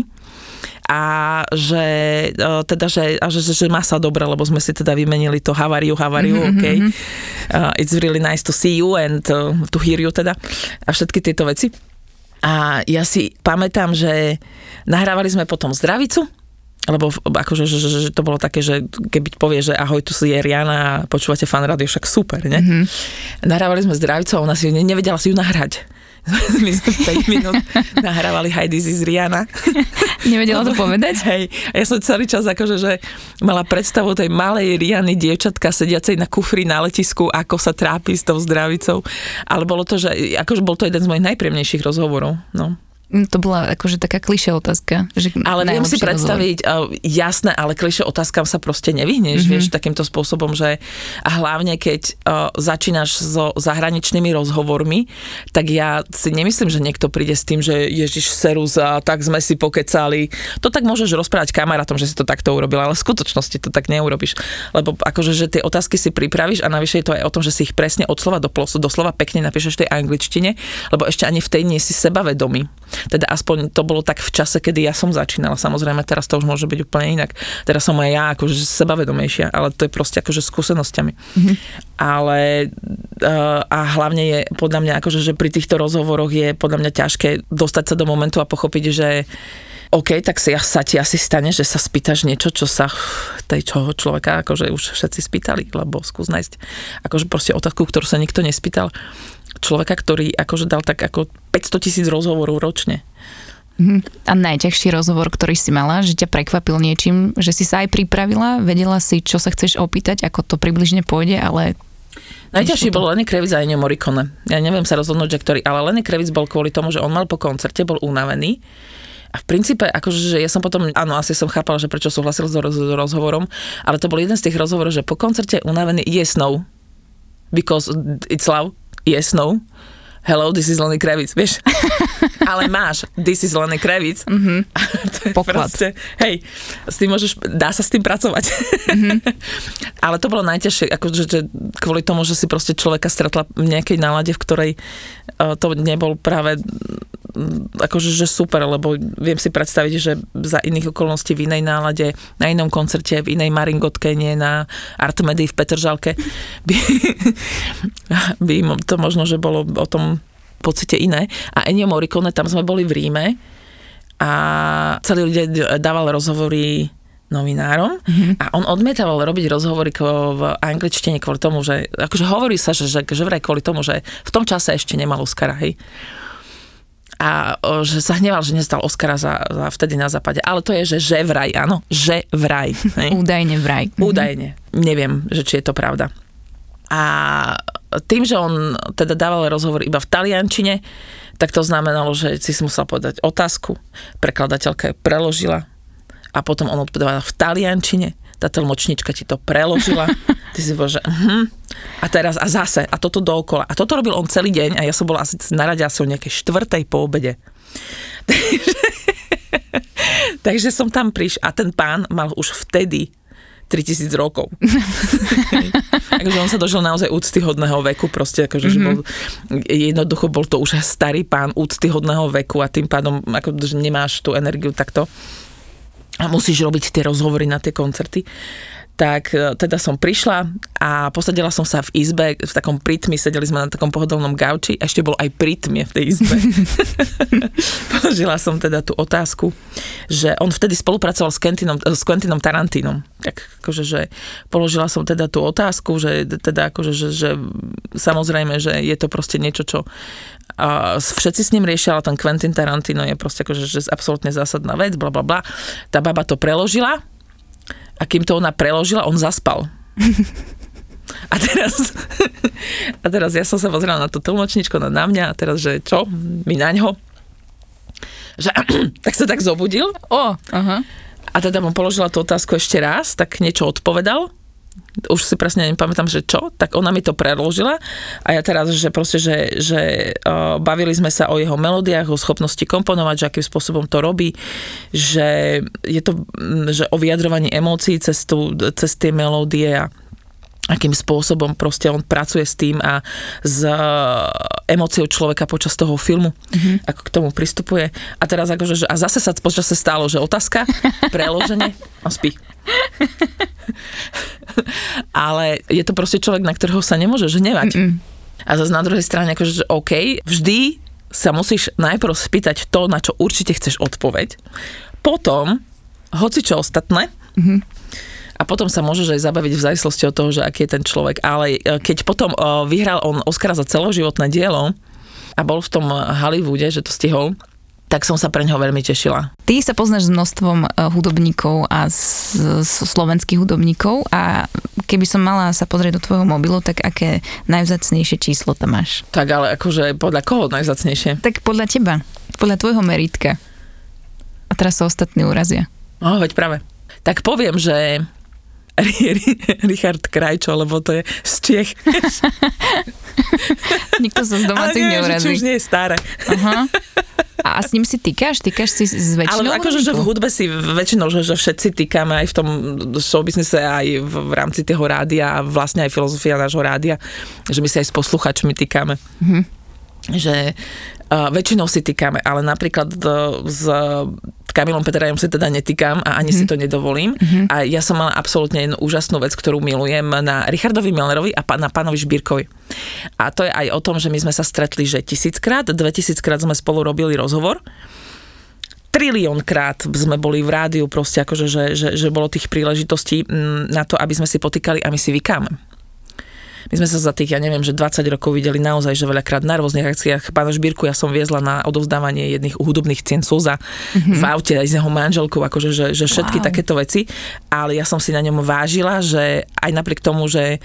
A že teda, že, a že, že má sa dobre, lebo sme si teda vymenili to havariu, havariu, mm-hmm. OK. Uh, it's really nice to see you and uh, to hear you teda. A všetky tieto veci. A ja si pamätám, že nahrávali sme potom Zdravicu, lebo akože, že, že, že to bolo také, že keď povie, že ahoj, tu si je Rihanna a počúvate Fan rádio, však super, ne? Mm-hmm. Nahrávali sme Zdravicu a ona si nevedela si ju nahrať. My sme päť minút nahrávali Hi, this is Rihanna. Nevedela to povedať? Hej, a ja som celý čas akože, že mala predstavu tej malej Rihanny, dievčatka sediacej na kufri na letisku, ako sa trápi s tou Zdravicou. Ale bolo to, že akože bol to jeden z mojich najpríjemnejších rozhovorov, no. To bola akože taká klišé otázka. Že ale viem si predstaviť, uh, jasné, ale klišé otázkam sa proste nevyhneš, mm-hmm. vieš, takýmto spôsobom, že a hlavne keď uh, začínaš so zahraničnými rozhovormi, tak ja si nemyslím, že niekto príde s tým, že Ježiš serus a tak sme si pokecali. To tak môžeš rozprávať kamarátom, že si to takto urobila, ale v skutočnosti to tak neurobiš. Lebo akože, že tie otázky si pripravíš a navyše je to aj o tom, že si ich presne od slova do plosu, doslova pekne napíšeš v tej angličtine, lebo ešte ani v tej nie si sebavedomý. Teda aspoň to bolo tak v čase, kedy ja som začínala. Samozrejme, teraz to už môže byť úplne inak. Teraz som aj ja akože sebavedomejšia, ale to je proste akože skúsenosťami. Mm-hmm. Ale uh, a hlavne je podľa mňa akože, že pri týchto rozhovoroch je podľa mňa ťažké dostať sa do momentu a pochopiť, že OK, tak si, sa ti asi stane, že sa spýtaš niečo, čo sa tej čoho človeka akože už všetci spýtali, lebo skús nájsť akože proste otázku, ktorú sa nikto nespýtal. Človeka, ktorý akože dal tak ako päťsto tisíc rozhovorov ročne. Uh-huh. A najťažší rozhovor, ktorý si mala, že ťa prekvapil niečím, že si sa aj pripravila, vedela si, čo sa chceš opýtať, ako to približne pôjde, ale... Najťažší bol Lenny Kravitz a Ennio Morricone. Ja neviem sa rozhodnúť, že ktorý, ale Lenny Kravitz bol kvôli tomu, že on mal po koncerte, bol unavený. A v princípe, akože ja som potom, áno, asi som chápala, že prečo súhlasil s rozhovorom, ale to bol jeden z tých rozhovorov, že po koncerte unavený, yes, no, because it's love, yes, no, hello, this is Lenny Kravitz, vieš. Ale máš, this is Lenny Kravitz. Mm-hmm. To je Poklad. proste, hej, s tým môžeš, dá sa s tým pracovať. Mm-hmm. Ale to bolo najťažšie, akože, že kvôli tomu, že si proste človeka stretla v nejakej nálade, v ktorej uh, to nebol práve akože, že super, lebo viem si predstaviť, že za iných okolností v inej nálade, na inom koncerte, v inej Maringotke, nie na Artmedii v Petržalke, by, by to možno, že bolo o tom pocite iné. A Ennio Morricone, tam sme boli v Ríme a celý ľudia dával rozhovory novinárom mm-hmm. a on odmietaval robiť rozhovory v angličtine kvôli tomu, že akože hovorí sa, že, že, že vraj kvôli tomu, že v tom čase ešte nemal Oscara, hej. A že sa hneval, že nestal Oscara za, za vtedy na západe. Ale to je, že že vraj, áno, že vraj. Hej. Údajne vraj. Údajne. Neviem, že či je to pravda. A tým, že on teda dával rozhovor iba v taliančine, tak to znamenalo, že si si musel povedať otázku, prekladateľka ju preložila a potom on odpovedal v taliančine, tá tlmočnička ti to preložila, ty si bol, že uh-huh. a teraz a zase, a toto dookola. A toto robil on celý deň a ja som bola asi na rade asi o nejakej štvrtej po obede. Takže, takže som tam prišla a ten pán mal už vtedy tritisíc rokov. Takže on sa dožil naozaj úctyhodného veku, proste akože, mm-hmm. že bol, jednoducho bol to už starý pán úctyhodného veku a tým pádom ako, že nemáš tú energiu takto a musíš robiť tie rozhovory na tie koncerty. Tak teda som prišla a posadila som sa v izbe, v takom prítmi, sedeli sme na takom pohodlnom gauči, ešte bol aj prítmie v tej izbe. Položila som teda tú otázku, že on vtedy spolupracoval s Quentinom, s Quentinom Tarantinom. Tak akože, že položila som teda tú otázku, že teda akože, že, že samozrejme, že je to proste niečo, čo a všetci s ním riešia, ale ten Quentin Tarantino je proste akože, že absolútne zásadná vec, bla bla bla. Tá baba to preložila a kým to ona preložila, on zaspal. A teraz, a teraz ja som sa pozerala na tú tlmočničku na, na mňa a teraz, že čo? My na ňo? Že, tak sa tak zobudil. Oh, aha. A teda mu položila tú otázku ešte raz, tak niečo odpovedal. Už si presne nepamätám, že čo, tak ona mi to preložila a ja teraz, že proste, že, že uh, bavili sme sa o jeho melódiách, o schopnosti komponovať, že akým spôsobom to robí, že je to, že o vyjadrovaní emócií cez, tú, cez tie melódie a akým spôsobom proste on pracuje s tým a s emóciou človeka počas toho filmu, mm-hmm. ako k tomu pristupuje. A teraz akože, a zase sa počas sa stalo, že otázka, preloženie, on spí. Ale je to proste človek, na ktorého sa nemôžeš hnevať. Mm-mm. A zase na druhej strane, akože, že OK, vždy sa musíš najprv spýtať to, na čo určite chceš odpoveď. Potom, hoci čo ostatné, mm-hmm. a potom sa môžeš aj zabaviť v závislosti od toho, že aký je ten človek. Ale keď potom vyhral on Oscara za celoživotné dielo a bol v tom Hollywoode, že to stihol, tak som sa pre ňoho veľmi tešila. Ty sa poznáš s množstvom hudobníkov a s, s slovenských hudobníkov a keby som mala sa pozrieť do tvojho mobilu, tak aké najvzácnejšie číslo tam máš? Tak ale akože podľa koho najvzácnejšie? Tak podľa teba, podľa tvojho meritka. A teraz sa ostatní urazia. No, veď práve. Tak poviem, že Richard Krajčo, lebo to je z Čiech. Nikto sa z domácich neurazí. Ale už nie je staré. Aha. A s ním si týkaš? Týkaš si s väčšinou? Ale akože, že v hudbe si väčšinou, že, že všetci týkame aj v tom showbiznise, aj v, v rámci toho rádia a vlastne aj filozofia nášho rádia, že my si aj s posluchačmi týkame. Mhm. Že uh, väčšinou si týkame, ale napríklad uh, s Kamilom Peterajom si teda netýkam a ani mm. si to nedovolím. Mm-hmm. A ja som mala absolútne jednu úžasnú vec, ktorú milujem na Richardovi Millerovi a na pánovi Žbírkovi. A to je aj o tom, že my sme sa stretli, že tisíckrát, dvetisíckrát sme spolu robili rozhovor. Triliónkrát sme boli v rádiu proste, akože, že, že, že bolo tých príležitostí na to, aby sme si potýkali a my si vykáme. My sme sa za tých, ja neviem, že dvadsať rokov videli naozaj, že veľakrát na rôznych akciách. Pána Žbírku ja som viezla na odovzdávanie jedných hudobných cien Slza mm-hmm. v aute aj s jeho manželkou, akože že, že všetky wow. takéto veci. Ale ja som si na ňom vážila, že aj napriek tomu, že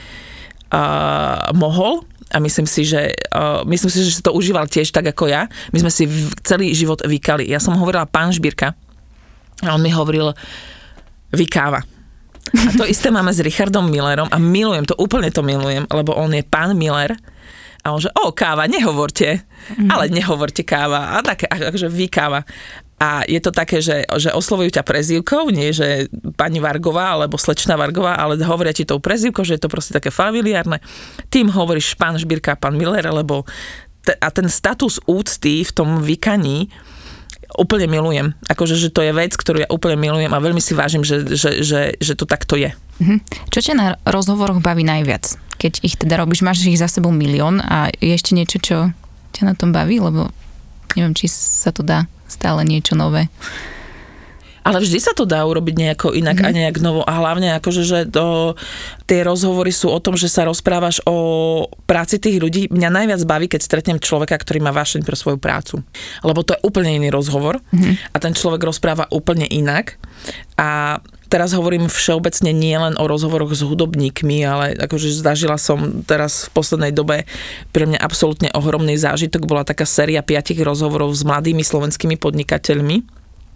uh, mohol, a myslím si, že uh, myslím si, že si to užíval tiež tak ako ja. My sme si v, celý život vykali. Ja som hovorila pán Žbírka a on mi hovoril vykáva. A to isté máme s Richardom Millerom a milujem to, úplne to milujem, lebo on je pán Miller a on že, o, káva, nehovorte, mm. ale nehovorte káva a také, akože vy káva. A je to také, že, že oslovujú ťa prezývkou, nie že pani Vargová alebo slečna Vargová, ale hovoria ti tou prezývkou, že je to proste také familiárne. Tým hovoríš pán Žbírka, pán Miller, lebo te, a ten status úcty v tom vykaní úplne milujem. Akože, že to je vec, ktorú ja úplne milujem a veľmi si vážim, že, že, že, že to takto je. Mhm. Čo ťa na rozhovoroch baví najviac? Keď ich teda robíš, máš ich za sebou milión a je ešte niečo, čo ťa na tom baví? Lebo neviem, či sa to dá stále niečo nové. Ale vždy sa to dá urobiť nejako inak mm-hmm. a nejak novo. A hlavne akože, že to, tie rozhovory sú o tom, že sa rozprávaš o práci tých ľudí. Mňa najviac baví, keď stretnem človeka, ktorý má vášeň pre svoju prácu. Lebo to je úplne iný rozhovor mm-hmm. a ten človek rozpráva úplne inak. A teraz hovorím všeobecne nie len o rozhovoroch s hudobníkmi, ale akože zažila som teraz v poslednej dobe pre mňa absolútne ohromný zážitok. Bola taká séria piatich rozhovorov s mladými slovenskými podnikateľmi,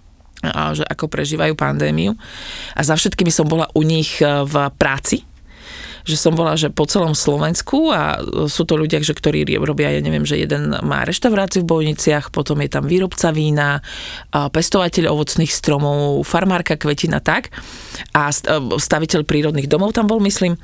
a že ako prežívajú pandémiu. A za všetkými som bola u nich v práci, že som bola, že po celom Slovensku a sú to ľudia, že, ktorí robia, ja neviem, že jeden má reštauráciu v Bojniciach, potom je tam výrobca vína, pestovateľ ovocných stromov, farmárka kvetín a tak. A staviteľ prírodných domov tam bol, myslím.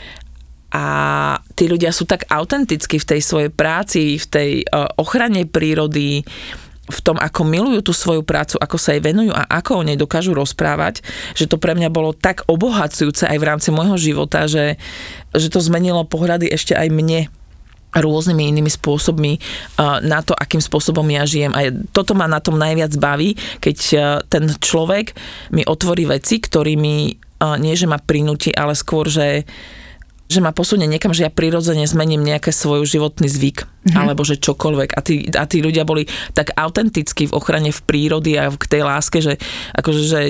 A tí ľudia sú tak autentickí v tej svojej práci, v tej ochrane prírody, v tom, ako milujú tú svoju prácu, ako sa jej venujú a ako o nej dokážu rozprávať, že to pre mňa bolo tak obohacujúce aj v rámci môjho života, že, že to zmenilo pohľady ešte aj mne rôznymi inými spôsobmi na to, akým spôsobom ja žijem. A toto ma na tom najviac baví, keď ten človek mi otvorí veci, ktorými nie, že ma prinúti, ale skôr, že že ma posunie niekam, že ja prirodzene zmením nejaký svoj životný zvyk, mm-hmm. alebo že čokoľvek. A tí, a tí ľudia boli tak autentickí v ochrane v prírody a k tej láske, že akože, že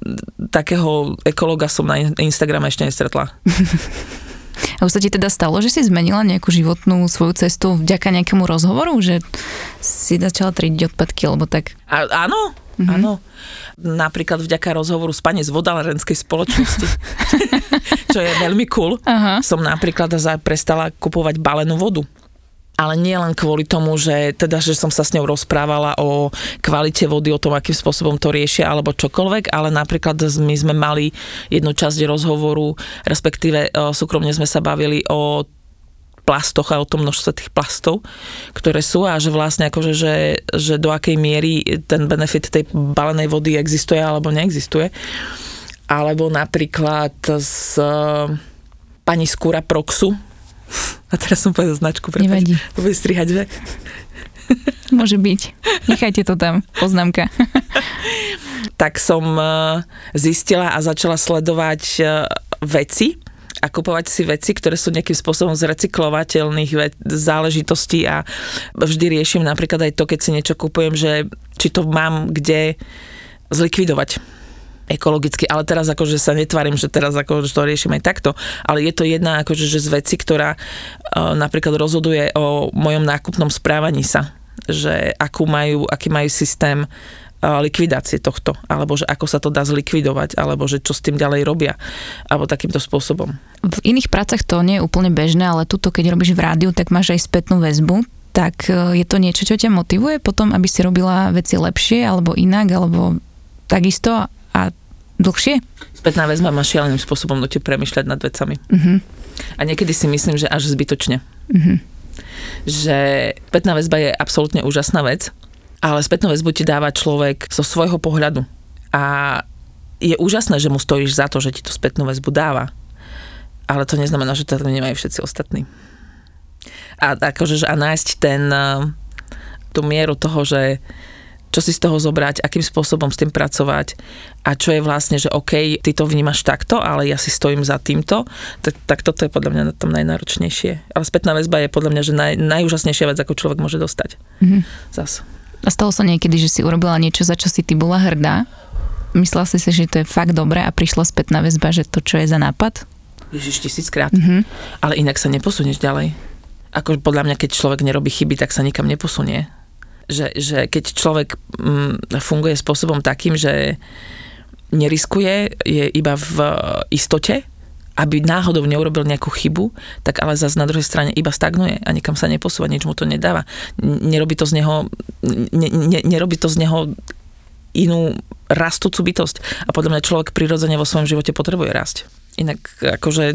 takého ekologa som na Instagrame ešte nestretla. A už sa ti teda stalo, že si zmenila nejakú životnú svoju cestu vďaka nejakému rozhovoru, že si začala triediť odpadky, alebo tak? A, áno, mm-hmm. áno. Napríklad vďaka rozhovoru s pani z vodárenskej spoločnosti, čo je veľmi cool. Aha. Som napríklad prestala kupovať balenú vodu. Ale nie len kvôli tomu, že, teda, že som sa s ňou rozprávala o kvalite vody, o tom, akým spôsobom to riešia, alebo čokoľvek, ale napríklad my sme mali jednu časť rozhovoru, respektíve súkromne sme sa bavili o plastoch a o tom množstve tých plastov, ktoré sú a že vlastne akože, že, že do akej miery ten benefit tej balenej vody existuje alebo neexistuje. Alebo napríklad z pani Skúra Proxu. A teraz som povedal značku, prepáč. To bude strihať, že? Môže byť. Nechajte to tam, poznámka. Tak som zistila a začala sledovať veci a kupovať si veci, ktoré sú nejakým spôsobom z recyklovateľných ve- záležitostí a vždy riešim napríklad aj to, keď si niečo kupujem, že či to mám kde zlikvidovať ekologicky, ale teraz akože sa netvarím, že teraz akože to riešim aj takto, ale je to jedna akože že z vecí, ktorá uh, napríklad rozhoduje o mojom nákupnom správaní sa, že akú majú, aký majú systém likvidácie tohto, alebo že ako sa to dá zlikvidovať, alebo že čo s tým ďalej robia, alebo takýmto spôsobom. V iných prácach to nie je úplne bežné, ale tuto, keď robíš v rádiu, tak máš aj spätnú väzbu, tak je to niečo, čo ťa motivuje potom, aby si robila veci lepšie, alebo inak, alebo takisto a dlhšie? Spätná väzba má šialeným spôsobom nutí premýšľať nad vecami. Uh-huh. A niekedy si myslím, že až zbytočne. Uh-huh. Že spätná väzba je absolútne úžasná vec, ale spätnú väzbu ti dáva človek zo svojho pohľadu. A je úžasné, že mu stojíš za to, že ti to spätnú väzbu dáva. Ale to neznamená, že to nemajú všetci ostatní. A akože a nájsť ten, tú mieru toho, že čo si z toho zobrať, akým spôsobom s tým pracovať a čo je vlastne, že OK, ty to vnímaš takto, ale ja si stojím za týmto, tak, tak toto je podľa mňa na tom najnáročnejšie. Ale spätná väzba je podľa mňa, že naj, najúžasnejšia vec, ako človek môže dostať. Mm-hmm. Zas. A stalo sa niekedy, že si urobila niečo, za čo si ty bola hrdá? Myslela si si, že to je fakt dobré a prišla spätná väzba, že to, čo je za nápad? Ježiš, tisíckrát. Mm-hmm. Ale inak sa neposunieš ďalej. Ako podľa mňa, keď človek nerobí chyby, tak sa nikam neposunie. Že, že keď človek mm, funguje spôsobom takým, že neriskuje, je iba v istote, aby náhodou neurobil nejakú chybu, tak ale zase na druhej strane iba stagnuje a nikam sa neposúva, nič mu to nedáva. Nerobí to z neho, ne, ne, nerobí to z neho inú rastúcu bytosť. A podľa mňa človek prirodzene vo svojom živote potrebuje rásť. Inak akože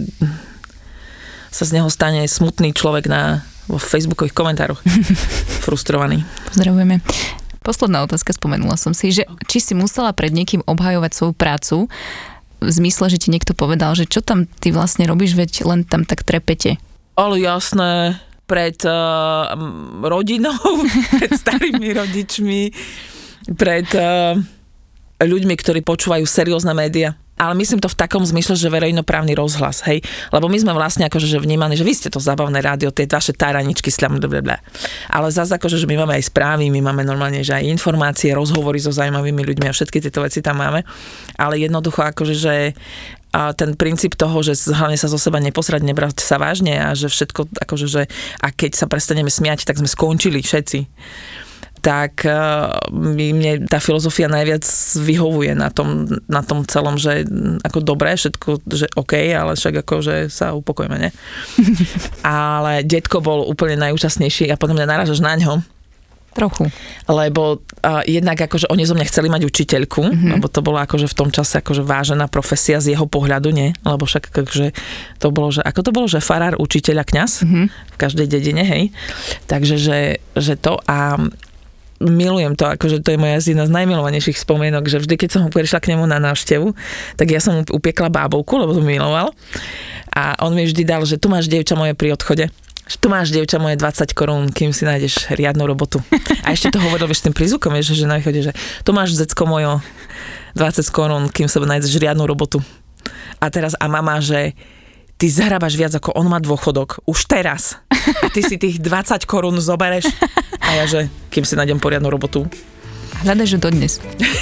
sa z neho stane smutný človek na, vo facebookových komentároch. Frustrovaný. Pozdravujeme. Posledná otázka, spomenula som si, že či si musela pred niekým obhajovať svoju prácu, v zmysle, že ti niekto povedal, že čo tam ty vlastne robíš, veď len tam tak trepete. Ale jasné, pred uh, rodinou, pred starými rodičmi, pred uh, ľuďmi, ktorí počúvajú seriózne médiá. Ale myslím to v takom zmysle, že verejnoprávny rozhlas, hej. Lebo my sme vlastne akože že vnímaní, že vy ste to zábavné rádio, tie vaše táraničky, sľam, blablabla. Ale zase akože, že my máme aj správy, my máme normálne, že aj informácie, rozhovory so zaujímavými ľuďmi a všetky tieto veci tam máme. Ale jednoducho akože, že a ten princíp toho, že hlavne sa zo seba neposrať, nebrať sa vážne a že všetko, akože, že a keď sa prestaneme smiať, tak sme skončili všetci. Tak mne tá filozofia najviac vyhovuje na tom, na tom celom, že ako dobré, všetko, že OK, ale však ako, že sa upokojíme, ne? Ale detko bol úplne najúčastnejší a potom mňa narážaš na ňo. Trochu. Lebo uh, jednak akože oni zo mňa chceli mať učiteľku, mm-hmm. lebo to bola akože v tom čase akože vážená profesia z jeho pohľadu, nie? Lebo však akože to bolo, že ako to bolo, že farár, učiteľ a kňaz mm-hmm. v každej dedine, hej? Takže, že, že to a milujem to, akože to je moja jedna z najmilovanejších spomienok, že vždy, keď som ho prišla k nemu na návštevu, tak ja som mu upiekla bábovku, lebo to miloval. A on mi vždy dal, že tu máš, dievča moje, pri odchode. Tu máš, dievča moje, dvadsať korún, kým si nájdeš riadnu robotu. A ešte to hovoril, vieš, tým prízvukom, vieš, že na východe, že tu máš, decko mojo, dvadsať korún, kým sa nájdeš riadnu robotu. A teraz a mama, že ty zarábaš viac, ako on má dôchodok. Už teraz. A ty si tých dvadsať korún zobereš. A ja, že kým si nájdem poriadnu robotu. Hľadaš ju dodnes.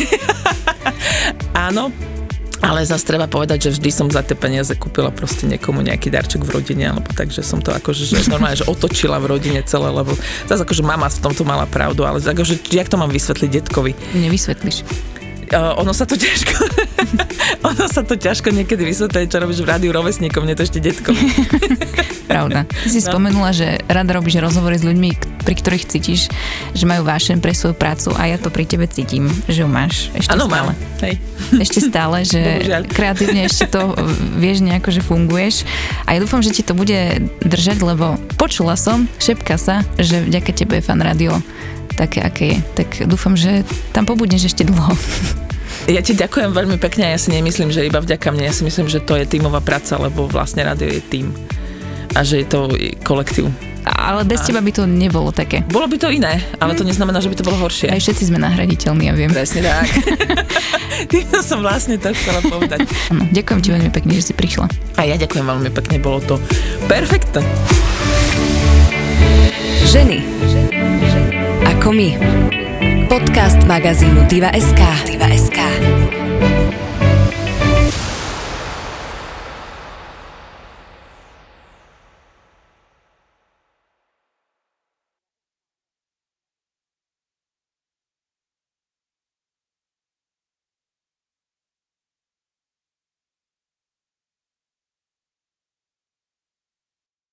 Áno, ale zase treba povedať, že vždy som za tie peniaze kúpila proste niekomu nejaký darček v rodine, alebo takže som to akože že normálne, že otočila v rodine celé, lebo zase akože mama v tomto mala pravdu, ale akože jak to mám vysvetliť detkovi? Nevysvetlíš. Uh, ono sa to ťažko ono sa to ťažko niekedy vysvetľuje, čo robíš v rádiu rovesníkom, mne to ešte detko. Pravda. Ty si no. spomenula, že rada robíš rozhovory s ľuďmi, pri ktorých cítiš, že majú vášeň pre svoju prácu a ja to pri tebe cítim, že ju máš ešte ano, stále. Mám. Hej. Ešte stále, že Bohužiaľ. Kreatívne ešte to vieš nejako, že funguješ a ja dúfam, že ti to bude držať, lebo počula som, šepka sa, že vďaka tebe je Fan rádio také, aké je. Tak dúfam, že tam pobudneš ešte dlho. Ja ti ďakujem veľmi pekne a ja si nemyslím, že iba vďaka mne. Ja si myslím, že to je tímová práca, lebo vlastne rádio je tím. A že je to kolektív. Ale bez a... teba by to nebolo také. Bolo by to iné, ale to neznamená, že by to bolo horšie. Aj všetci sme nahraditeľní, ja viem. Presne tak. Týmto som vlastne to chcela povedať. Ano, ďakujem ti veľmi pekne, že si prišla. A ja ďakujem veľmi pekne, bolo to perfektné. Ženy ako my. Podcast magazínu Diva bodka es ká. Diva bodka es ká.